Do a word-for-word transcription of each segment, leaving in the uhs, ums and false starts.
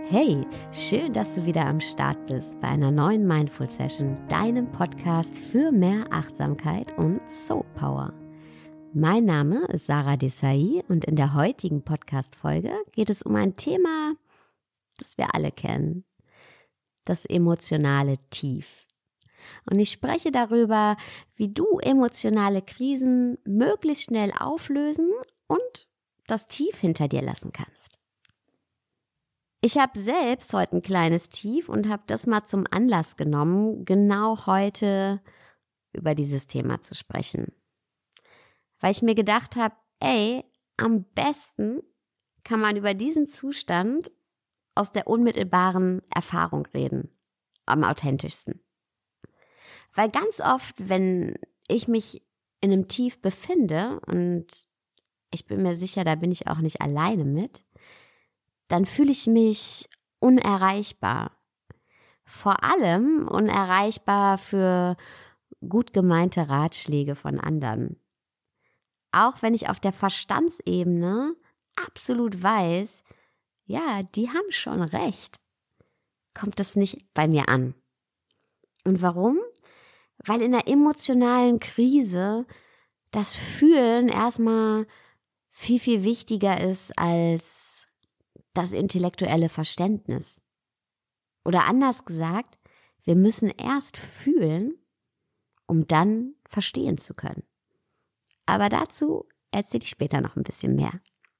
Hey, schön, dass du wieder am Start bist bei einer neuen Mindful Session, deinem Podcast für mehr Achtsamkeit und Soul Power. Mein Name ist Sarah Desai und in der heutigen Podcast-Folge geht es um ein Thema, das wir alle kennen, das emotionale Tief. Und ich spreche darüber, wie du emotionale Krisen möglichst schnell auflösen und das Tief hinter dir lassen kannst. Ich habe selbst heute ein kleines Tief und habe das mal zum Anlass genommen, genau heute über dieses Thema zu sprechen. Weil ich mir gedacht habe, ey, am besten kann man über diesen Zustand aus der unmittelbaren Erfahrung reden, am authentischsten. Weil ganz oft, wenn ich mich in einem Tief befinde, und ich bin mir sicher, da bin ich auch nicht alleine mit, dann fühle ich mich unerreichbar. Vor allem unerreichbar für gut gemeinte Ratschläge von anderen. Auch wenn ich auf der Verstandsebene absolut weiß, ja, die haben schon recht, kommt das nicht bei mir an. Und warum? Weil in der emotionalen Krise das Fühlen erstmal viel, viel wichtiger ist als das intellektuelle Verständnis. Oder anders gesagt, wir müssen erst fühlen, um dann verstehen zu können. Aber dazu erzähle ich später noch ein bisschen mehr.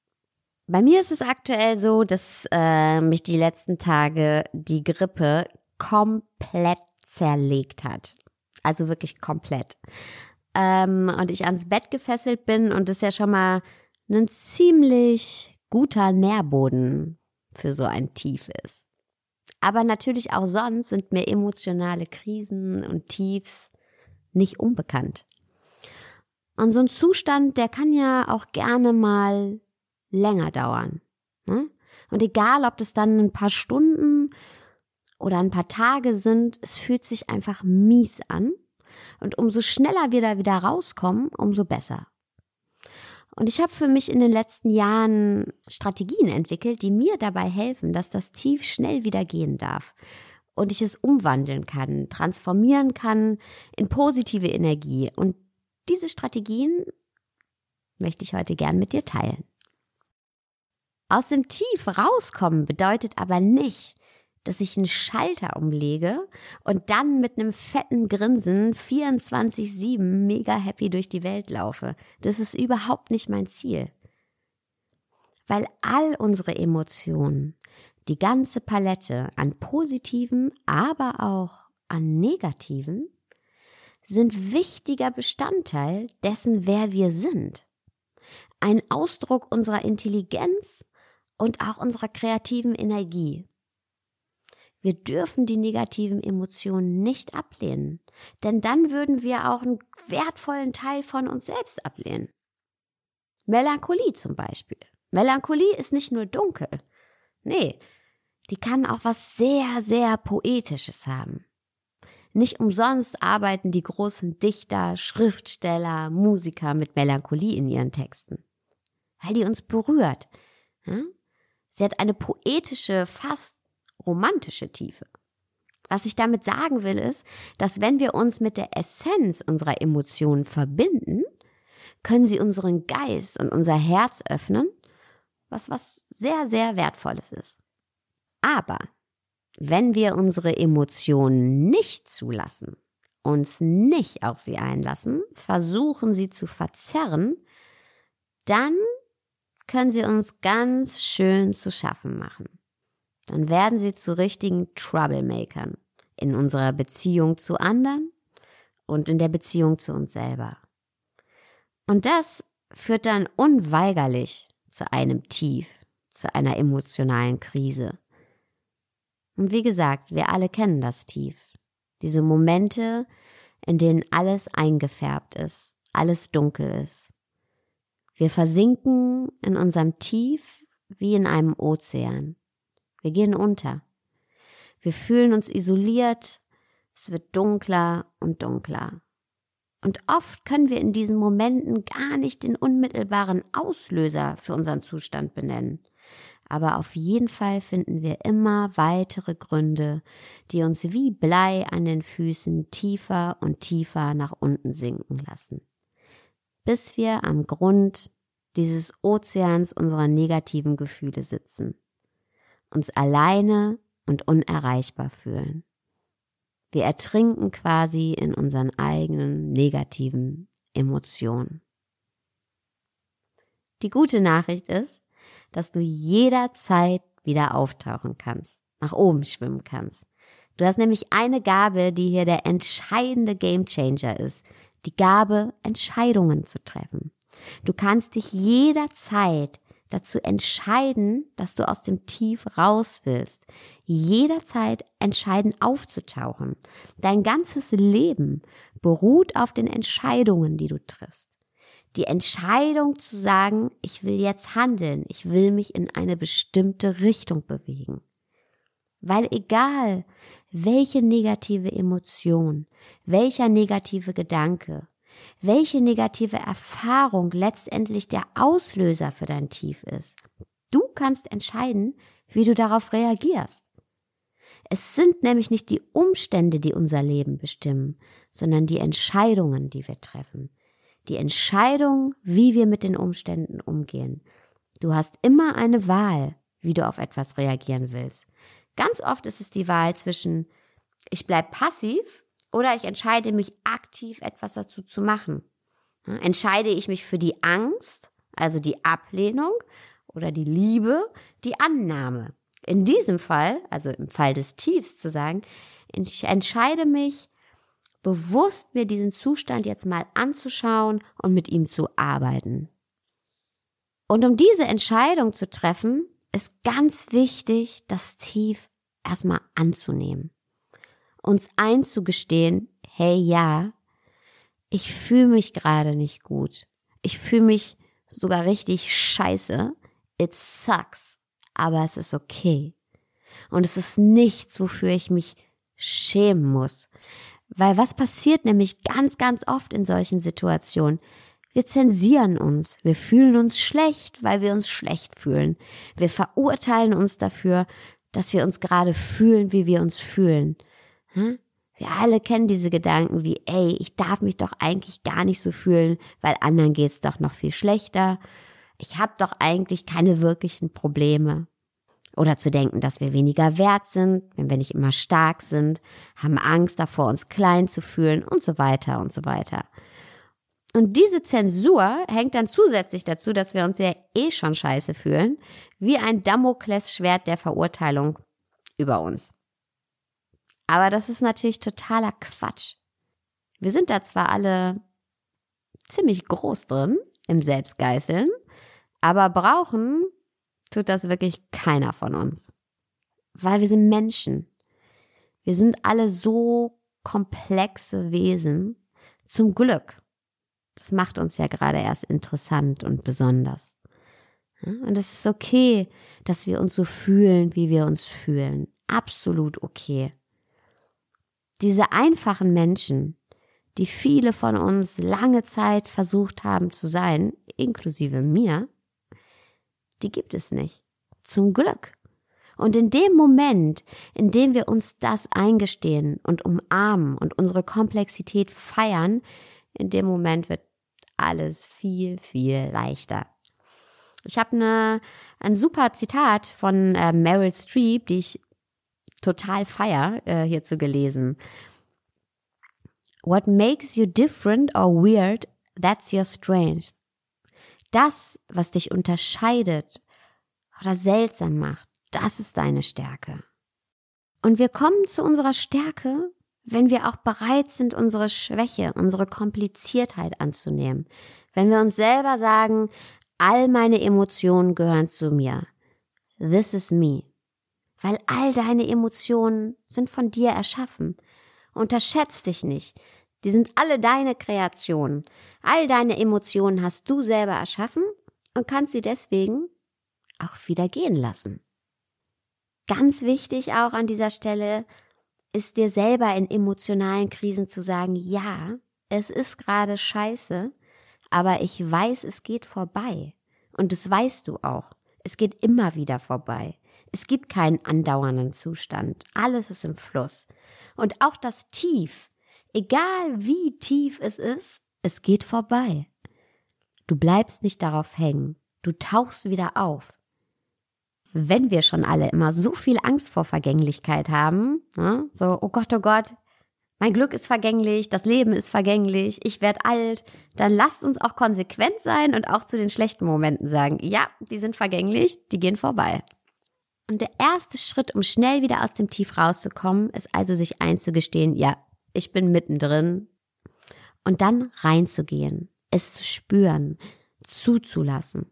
Bei mir ist es aktuell so, dass äh, mich die letzten Tage die Grippe komplett zerlegt hat. Also wirklich komplett. Ähm, und ich ans Bett gefesselt bin und das ja schon mal ein ziemlich guter Nährboden für so ein Tief ist. Aber natürlich auch sonst sind mir emotionale Krisen und Tiefs nicht unbekannt. Und so ein Zustand, der kann ja auch gerne mal länger dauern. Ne? Und egal, ob das dann ein paar Stunden oder ein paar Tage sind, es fühlt sich einfach mies an. Und umso schneller wir da wieder rauskommen, umso besser. Und ich habe für mich in den letzten Jahren Strategien entwickelt, die mir dabei helfen, dass das Tief schnell wieder gehen darf. Und ich es umwandeln kann, transformieren kann in positive Energie. Und diese Strategien möchte ich heute gern mit dir teilen. Aus dem Tief rauskommen bedeutet aber nicht, dass ich einen Schalter umlege und dann mit einem fetten Grinsen vierundzwanzig sieben mega happy durch die Welt laufe. Das ist überhaupt nicht mein Ziel. Weil all unsere Emotionen, die ganze Palette an positiven, aber auch an negativen, sind wichtiger Bestandteil dessen, wer wir sind. Ein Ausdruck unserer Intelligenz und auch unserer kreativen Energie. Wir dürfen die negativen Emotionen nicht ablehnen, denn dann würden wir auch einen wertvollen Teil von uns selbst ablehnen. Melancholie zum Beispiel. Melancholie ist nicht nur dunkel. Nee, die kann auch was sehr, sehr Poetisches haben. Nicht umsonst arbeiten die großen Dichter, Schriftsteller, Musiker mit Melancholie in ihren Texten. Weil die uns berührt. Sie hat eine poetische, fast romantische Tiefe. Was ich damit sagen will, ist, dass wenn wir uns mit der Essenz unserer Emotionen verbinden, können sie unseren Geist und unser Herz öffnen, was was sehr, sehr Wertvolles ist. Aber wenn wir unsere Emotionen nicht zulassen, uns nicht auf sie einlassen, versuchen sie zu verzerren, dann können sie uns ganz schön zu schaffen machen. Dann werden sie zu richtigen Troublemakern in unserer Beziehung zu anderen und in der Beziehung zu uns selber. Und das führt dann unweigerlich zu einem Tief, zu einer emotionalen Krise. Und wie gesagt, wir alle kennen das Tief. Diese Momente, in denen alles eingefärbt ist, alles dunkel ist. Wir versinken in unserem Tief wie in einem Ozean. Wir gehen unter. Wir fühlen uns isoliert. Es wird dunkler und dunkler. Und oft können wir in diesen Momenten gar nicht den unmittelbaren Auslöser für unseren Zustand benennen. Aber auf jeden Fall finden wir immer weitere Gründe, die uns wie Blei an den Füßen tiefer und tiefer nach unten sinken lassen, bis wir am Grund dieses Ozeans unserer negativen Gefühle sitzen, uns alleine und unerreichbar fühlen. Wir ertrinken quasi in unseren eigenen negativen Emotionen. Die gute Nachricht ist, dass du jederzeit wieder auftauchen kannst, nach oben schwimmen kannst. Du hast nämlich eine Gabe, die hier der entscheidende Gamechanger ist, die Gabe, Entscheidungen zu treffen. Du kannst dich jederzeit dazu entscheiden, dass du aus dem Tief raus willst, jederzeit entscheiden aufzutauchen. Dein ganzes Leben beruht auf den Entscheidungen, die du triffst. Die Entscheidung zu sagen, ich will jetzt handeln, ich will mich in eine bestimmte Richtung bewegen. Weil egal, welche negative Emotion, welcher negative Gedanke, welche negative Erfahrung letztendlich der Auslöser für dein Tief ist, du kannst entscheiden, wie du darauf reagierst. Es sind nämlich nicht die Umstände, die unser Leben bestimmen, sondern die Entscheidungen, die wir treffen. Die Entscheidung, wie wir mit den Umständen umgehen. Du hast immer eine Wahl, wie du auf etwas reagieren willst. Ganz oft ist es die Wahl zwischen, ich bleibe passiv oder ich entscheide mich aktiv, etwas dazu zu machen. Entscheide ich mich für die Angst, also die Ablehnung, oder die Liebe, die Annahme. In diesem Fall, also im Fall des Tiefs zu sagen, ich entscheide mich, bewusst mir diesen Zustand jetzt mal anzuschauen und mit ihm zu arbeiten. Und um diese Entscheidung zu treffen, ist ganz wichtig, das Tief erstmal anzunehmen. Uns einzugestehen, hey ja, ich fühle mich gerade nicht gut. Ich fühle mich sogar richtig scheiße. It sucks, aber es ist okay. Und es ist nichts, wofür ich mich schämen muss. Weil was passiert nämlich ganz, ganz oft in solchen Situationen? Wir zensieren uns, wir fühlen uns schlecht, weil wir uns schlecht fühlen. Wir verurteilen uns dafür, dass wir uns gerade fühlen, wie wir uns fühlen. Wir alle kennen diese Gedanken wie, ey, ich darf mich doch eigentlich gar nicht so fühlen, weil anderen geht's doch noch viel schlechter. Ich habe doch eigentlich keine wirklichen Probleme. Oder zu denken, dass wir weniger wert sind, wenn wir nicht immer stark sind, haben Angst davor, uns klein zu fühlen und so weiter und so weiter. Und diese Zensur hängt dann zusätzlich dazu, dass wir uns ja eh schon scheiße fühlen, wie ein Damoklesschwert der Verurteilung über uns. Aber das ist natürlich totaler Quatsch. Wir sind da zwar alle ziemlich groß drin, im Selbstgeißeln, aber brauchen tut das wirklich keiner von uns. Weil wir sind Menschen. Wir sind alle so komplexe Wesen. Zum Glück. Das macht uns ja gerade erst interessant und besonders. Und es ist okay, dass wir uns so fühlen, wie wir uns fühlen. Absolut okay. Diese einfachen Menschen, die viele von uns lange Zeit versucht haben zu sein, inklusive mir, die gibt es nicht. Zum Glück. Und in dem Moment, in dem wir uns das eingestehen und umarmen und unsere Komplexität feiern, in dem Moment wird alles viel, viel leichter. Ich habe eine, ein super Zitat von äh, Meryl Streep, die ich total feier, äh, hierzu gelesen. What makes you different or weird, that's your strength. Das, was dich unterscheidet oder seltsam macht, das ist deine Stärke. Und wir kommen zu unserer Stärke, wenn wir auch bereit sind, unsere Schwäche, unsere Kompliziertheit anzunehmen. Wenn wir uns selber sagen, all meine Emotionen gehören zu mir. This is me. Weil all deine Emotionen sind von dir erschaffen. Unterschätz dich nicht. Die sind alle deine Kreationen. All deine Emotionen hast du selber erschaffen und kannst sie deswegen auch wieder gehen lassen. Ganz wichtig auch an dieser Stelle ist dir selber in emotionalen Krisen zu sagen, ja, es ist gerade scheiße, aber ich weiß, es geht vorbei. Und das weißt du auch. Es geht immer wieder vorbei. Es gibt keinen andauernden Zustand. Alles ist im Fluss. Und auch das Tief, egal wie tief es ist, es geht vorbei. Du bleibst nicht darauf hängen. Du tauchst wieder auf. Wenn wir schon alle immer so viel Angst vor Vergänglichkeit haben, ne, so, oh Gott, oh Gott, mein Glück ist vergänglich, das Leben ist vergänglich, ich werde alt, dann lasst uns auch konsequent sein und auch zu den schlechten Momenten sagen, ja, die sind vergänglich, die gehen vorbei. Und der erste Schritt, um schnell wieder aus dem Tief rauszukommen, ist also sich einzugestehen, ja, ich bin mittendrin. Und dann reinzugehen, es zu spüren, zuzulassen.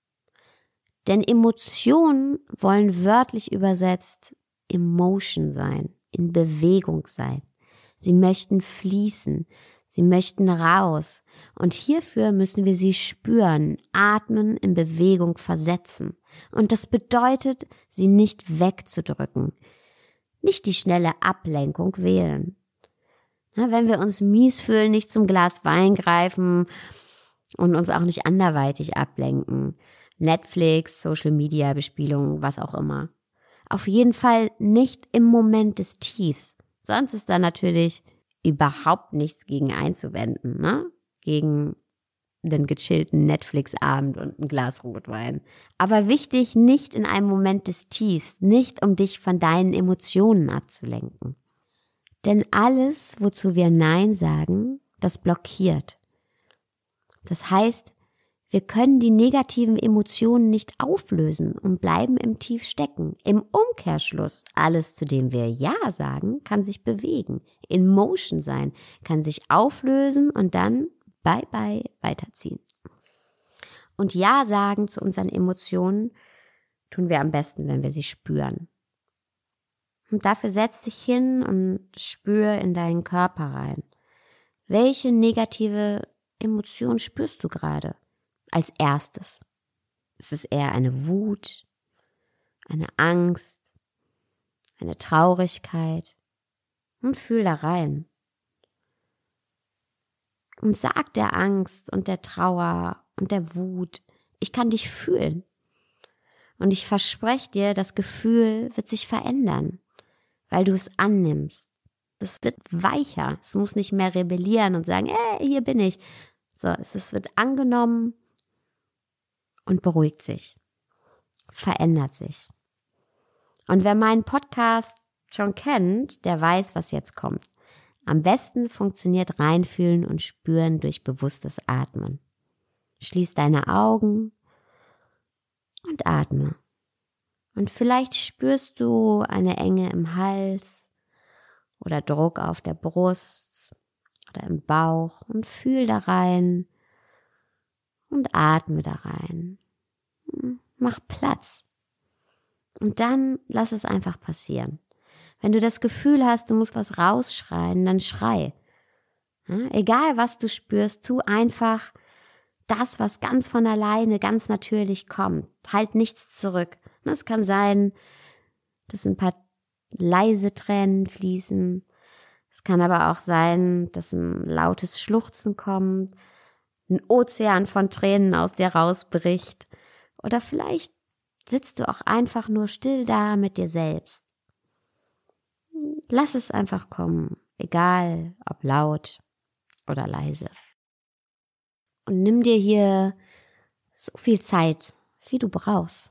Denn Emotionen wollen wörtlich übersetzt in Motion sein, in Bewegung sein. Sie möchten fließen, sie möchten raus. Und hierfür müssen wir sie spüren, atmen, in Bewegung versetzen. Und das bedeutet, sie nicht wegzudrücken, nicht die schnelle Ablenkung wählen. Ja, wenn wir uns mies fühlen, nicht zum Glas Wein greifen und uns auch nicht anderweitig ablenken. Netflix, Social Media, Bespielung, was auch immer. Auf jeden Fall nicht im Moment des Tiefs. Sonst ist da natürlich überhaupt nichts gegen einzuwenden, ne? Gegen den gechillten Netflix-Abend und ein Glas Rotwein. Aber wichtig, nicht in einem Moment des Tiefs, nicht um dich von deinen Emotionen abzulenken. Denn alles, wozu wir Nein sagen, das blockiert. Das heißt, wir können die negativen Emotionen nicht auflösen und bleiben im Tief stecken. Im Umkehrschluss, alles, zu dem wir Ja sagen, kann sich bewegen, in Motion sein, kann sich auflösen und dann bye bye weiterziehen. Und Ja sagen zu unseren Emotionen tun wir am besten, wenn wir sie spüren. Und dafür setz dich hin und spür in deinen Körper rein. Welche negative Emotion spürst du gerade? Als erstes. Ist es eher eine Wut, eine Angst, eine Traurigkeit? Und fühl da rein. Und sag der Angst und der Trauer und der Wut, ich kann dich fühlen. Und ich verspreche dir, das Gefühl wird sich verändern, weil du es annimmst. Es wird weicher. Es muss nicht mehr rebellieren und sagen, hey, hier bin ich. So, es wird angenommen und beruhigt sich, verändert sich. Und wer meinen Podcast schon kennt, der weiß, was jetzt kommt. Am besten funktioniert Reinfühlen und Spüren durch bewusstes Atmen. Schließ deine Augen und atme. Und vielleicht spürst du eine Enge im Hals oder Druck auf der Brust oder im Bauch und fühl da rein. Und atme da rein. Mach Platz. Und dann lass es einfach passieren. Wenn du das Gefühl hast, du musst was rausschreien, dann schrei. Ja, egal was du spürst, tu einfach das, was ganz von alleine, ganz natürlich kommt. Halt nichts zurück. Es kann sein, dass ein paar leise Tränen fließen. Es kann aber auch sein, dass ein lautes Schluchzen kommt. Ein Ozean von Tränen aus dir rausbricht. Oder vielleicht sitzt du auch einfach nur still da mit dir selbst. Lass es einfach kommen, egal ob laut oder leise. Und nimm dir hier so viel Zeit, wie du brauchst.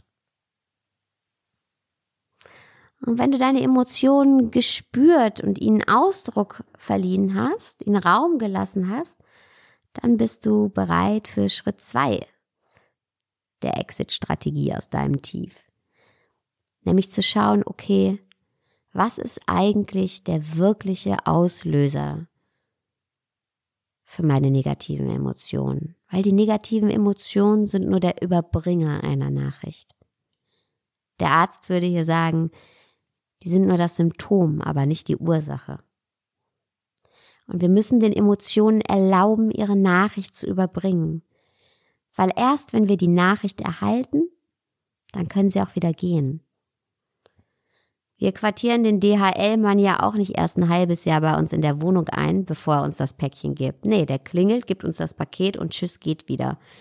Und wenn du deine Emotionen gespürt und ihnen Ausdruck verliehen hast, ihnen Raum gelassen hast, dann bist du bereit für Schritt zwei der Exit-Strategie aus deinem Tief. Nämlich zu schauen, okay, was ist eigentlich der wirkliche Auslöser für meine negativen Emotionen? Weil die negativen Emotionen sind nur der Überbringer einer Nachricht. Der Arzt würde hier sagen, die sind nur das Symptom, aber nicht die Ursache. Und wir müssen den Emotionen erlauben, ihre Nachricht zu überbringen. Weil erst wenn wir die Nachricht erhalten, dann können sie auch wieder gehen. Wir quartieren den D H L-Mann ja auch nicht erst ein halbes Jahr bei uns in der Wohnung ein, bevor er uns das Päckchen gibt. Nee, der klingelt, gibt uns das Paket und tschüss, geht wieder.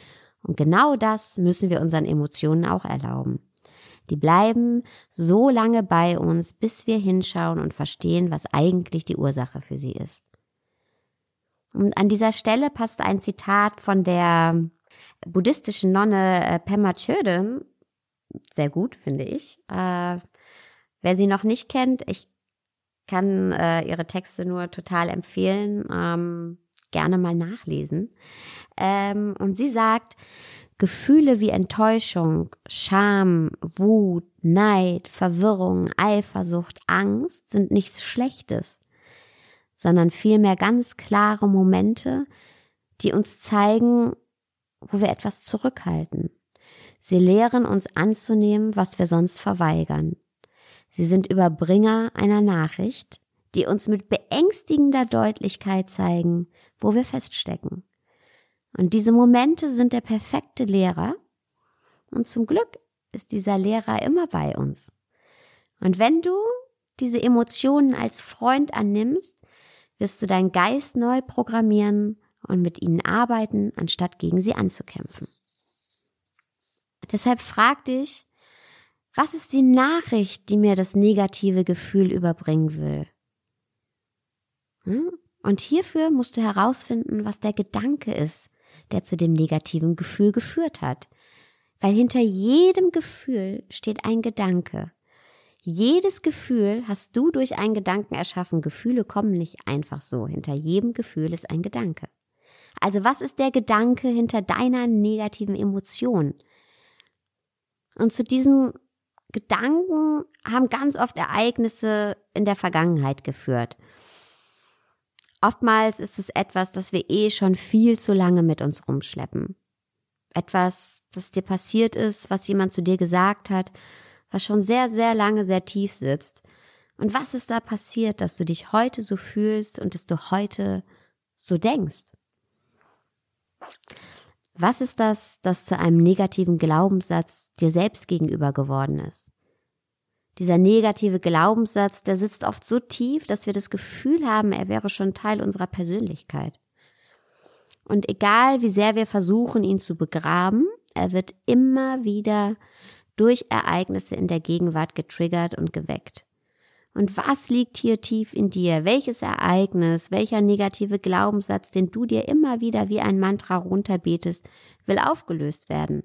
Und genau das müssen wir unseren Emotionen auch erlauben. Die bleiben so lange bei uns, bis wir hinschauen und verstehen, was eigentlich die Ursache für sie ist. Und an dieser Stelle passt ein Zitat von der buddhistischen Nonne Pema Chodron sehr gut, finde ich. Äh, wer sie noch nicht kennt, ich kann äh, ihre Texte nur total empfehlen, ähm, gerne mal nachlesen. Ähm, und sie sagt, Gefühle wie Enttäuschung, Scham, Wut, Neid, Verwirrung, Eifersucht, Angst sind nichts Schlechtes, sondern vielmehr ganz klare Momente, die uns zeigen, wo wir etwas zurückhalten. Sie lehren uns anzunehmen, was wir sonst verweigern. Sie sind Überbringer einer Nachricht, die uns mit beängstigender Deutlichkeit zeigen, wo wir feststecken. Und diese Momente sind der perfekte Lehrer. Und zum Glück ist dieser Lehrer immer bei uns. Und wenn du diese Emotionen als Freund annimmst, wirst du deinen Geist neu programmieren und mit ihnen arbeiten, anstatt gegen sie anzukämpfen. Deshalb frag dich, was ist die Nachricht, die mir das negative Gefühl überbringen will? Und hierfür musst du herausfinden, was der Gedanke ist, der zu dem negativen Gefühl geführt hat. Weil hinter jedem Gefühl steht ein Gedanke. Jedes Gefühl hast du durch einen Gedanken erschaffen. Gefühle kommen nicht einfach so. Hinter jedem Gefühl ist ein Gedanke. Also was ist der Gedanke hinter deiner negativen Emotion? Und zu diesen Gedanken haben ganz oft Ereignisse in der Vergangenheit geführt. Oftmals ist es etwas, das wir eh schon viel zu lange mit uns rumschleppen. Etwas, das dir passiert ist, was jemand zu dir gesagt hat, was schon sehr, sehr lange sehr tief sitzt. Und was ist da passiert, dass du dich heute so fühlst und dass du heute so denkst? Was ist das, das zu einem negativen Glaubenssatz dir selbst gegenüber geworden ist? Dieser negative Glaubenssatz, der sitzt oft so tief, dass wir das Gefühl haben, er wäre schon Teil unserer Persönlichkeit. Und egal, wie sehr wir versuchen, ihn zu begraben, er wird immer wieder durch Ereignisse in der Gegenwart getriggert und geweckt. Und was liegt hier tief in dir? Welches Ereignis, welcher negative Glaubenssatz, den du dir immer wieder wie ein Mantra runterbetest, will aufgelöst werden?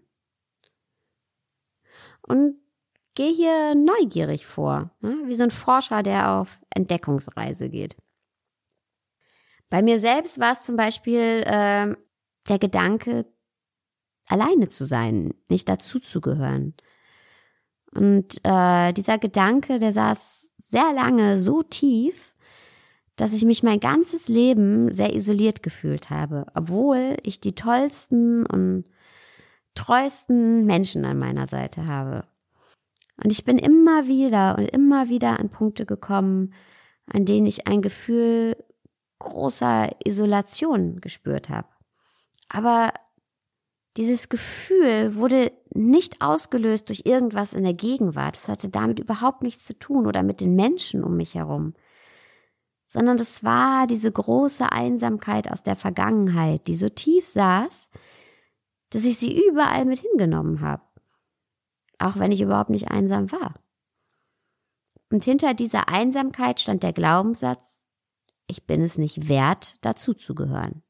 Und geh hier neugierig vor, wie so ein Forscher, der auf Entdeckungsreise geht. Bei mir selbst war es zum Beispiel äh, der Gedanke, alleine zu sein, nicht dazuzugehören. Und äh, dieser Gedanke, der saß sehr lange so tief, dass ich mich mein ganzes Leben sehr isoliert gefühlt habe, obwohl ich die tollsten und treuesten Menschen an meiner Seite habe. Und ich bin immer wieder und immer wieder an Punkte gekommen, an denen ich ein Gefühl großer Isolation gespürt habe. Aber dieses Gefühl wurde nicht ausgelöst durch irgendwas in der Gegenwart. Es hatte damit überhaupt nichts zu tun oder mit den Menschen um mich herum. Sondern das war diese große Einsamkeit aus der Vergangenheit, die so tief saß, dass ich sie überall mit hingenommen habe. Auch wenn ich überhaupt nicht einsam war. Und hinter dieser Einsamkeit stand der Glaubenssatz, ich bin es nicht wert, dazuzugehören.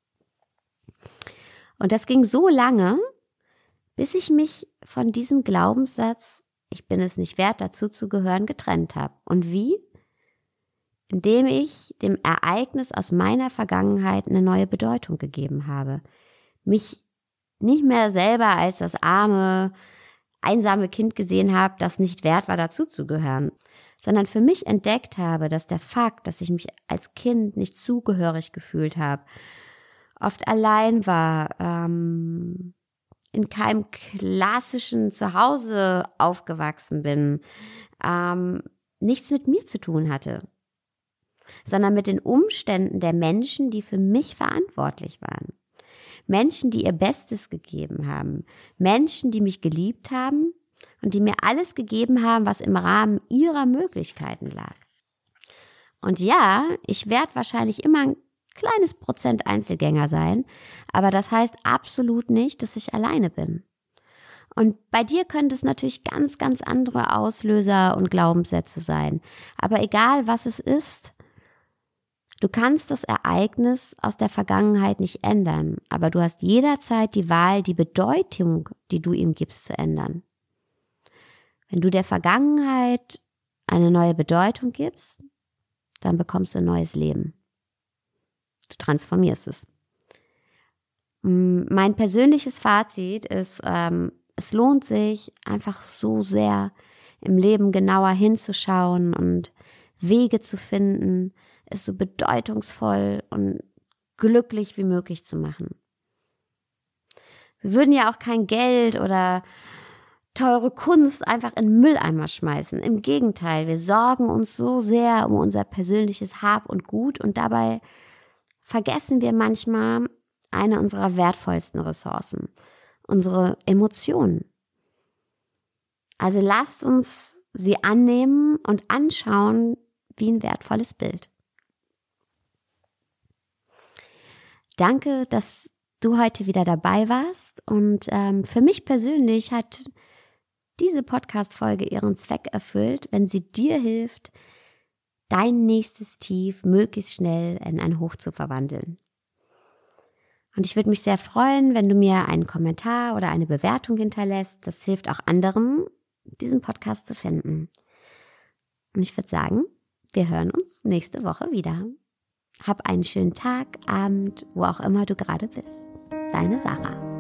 Und das ging so lange, bis ich mich von diesem Glaubenssatz, ich bin es nicht wert, dazuzugehören, getrennt habe. Und wie? Indem ich dem Ereignis aus meiner Vergangenheit eine neue Bedeutung gegeben habe. Mich nicht mehr selber als das arme, einsame Kind gesehen habe, das nicht wert war, dazuzugehören, sondern für mich entdeckt habe, dass der Fakt, dass ich mich als Kind nicht zugehörig gefühlt habe, oft allein war, ähm, in keinem klassischen Zuhause aufgewachsen bin, ähm, nichts mit mir zu tun hatte, sondern mit den Umständen der Menschen, die für mich verantwortlich waren. Menschen, die ihr Bestes gegeben haben, Menschen, die mich geliebt haben und die mir alles gegeben haben, was im Rahmen ihrer Möglichkeiten lag. Und ja, ich werde wahrscheinlich immer ein kleines Prozent Einzelgänger sein, aber das heißt absolut nicht, dass ich alleine bin. Und bei dir können es natürlich ganz, ganz andere Auslöser und Glaubenssätze sein. Aber egal, was es ist, du kannst das Ereignis aus der Vergangenheit nicht ändern, aber du hast jederzeit die Wahl, die Bedeutung, die du ihm gibst, zu ändern. Wenn du der Vergangenheit eine neue Bedeutung gibst, dann bekommst du ein neues Leben. Du transformierst es. Mein persönliches Fazit ist, ähm, es lohnt sich einfach so sehr, im Leben genauer hinzuschauen und Wege zu finden, es so bedeutungsvoll und glücklich wie möglich zu machen. Wir würden ja auch kein Geld oder teure Kunst einfach in den Mülleimer schmeißen. Im Gegenteil, wir sorgen uns so sehr um unser persönliches Hab und Gut und dabei vergessen wir manchmal eine unserer wertvollsten Ressourcen, unsere Emotionen. Also lasst uns sie annehmen und anschauen wie ein wertvolles Bild. Danke, dass du heute wieder dabei warst und ähm, für mich persönlich hat diese Podcast-Folge ihren Zweck erfüllt, wenn sie dir hilft, dein nächstes Tief möglichst schnell in ein Hoch zu verwandeln. Und ich würde mich sehr freuen, wenn du mir einen Kommentar oder eine Bewertung hinterlässt. Das hilft auch anderen, diesen Podcast zu finden. Und ich würde sagen, wir hören uns nächste Woche wieder. Hab einen schönen Tag, Abend, wo auch immer du gerade bist. Deine Sarah.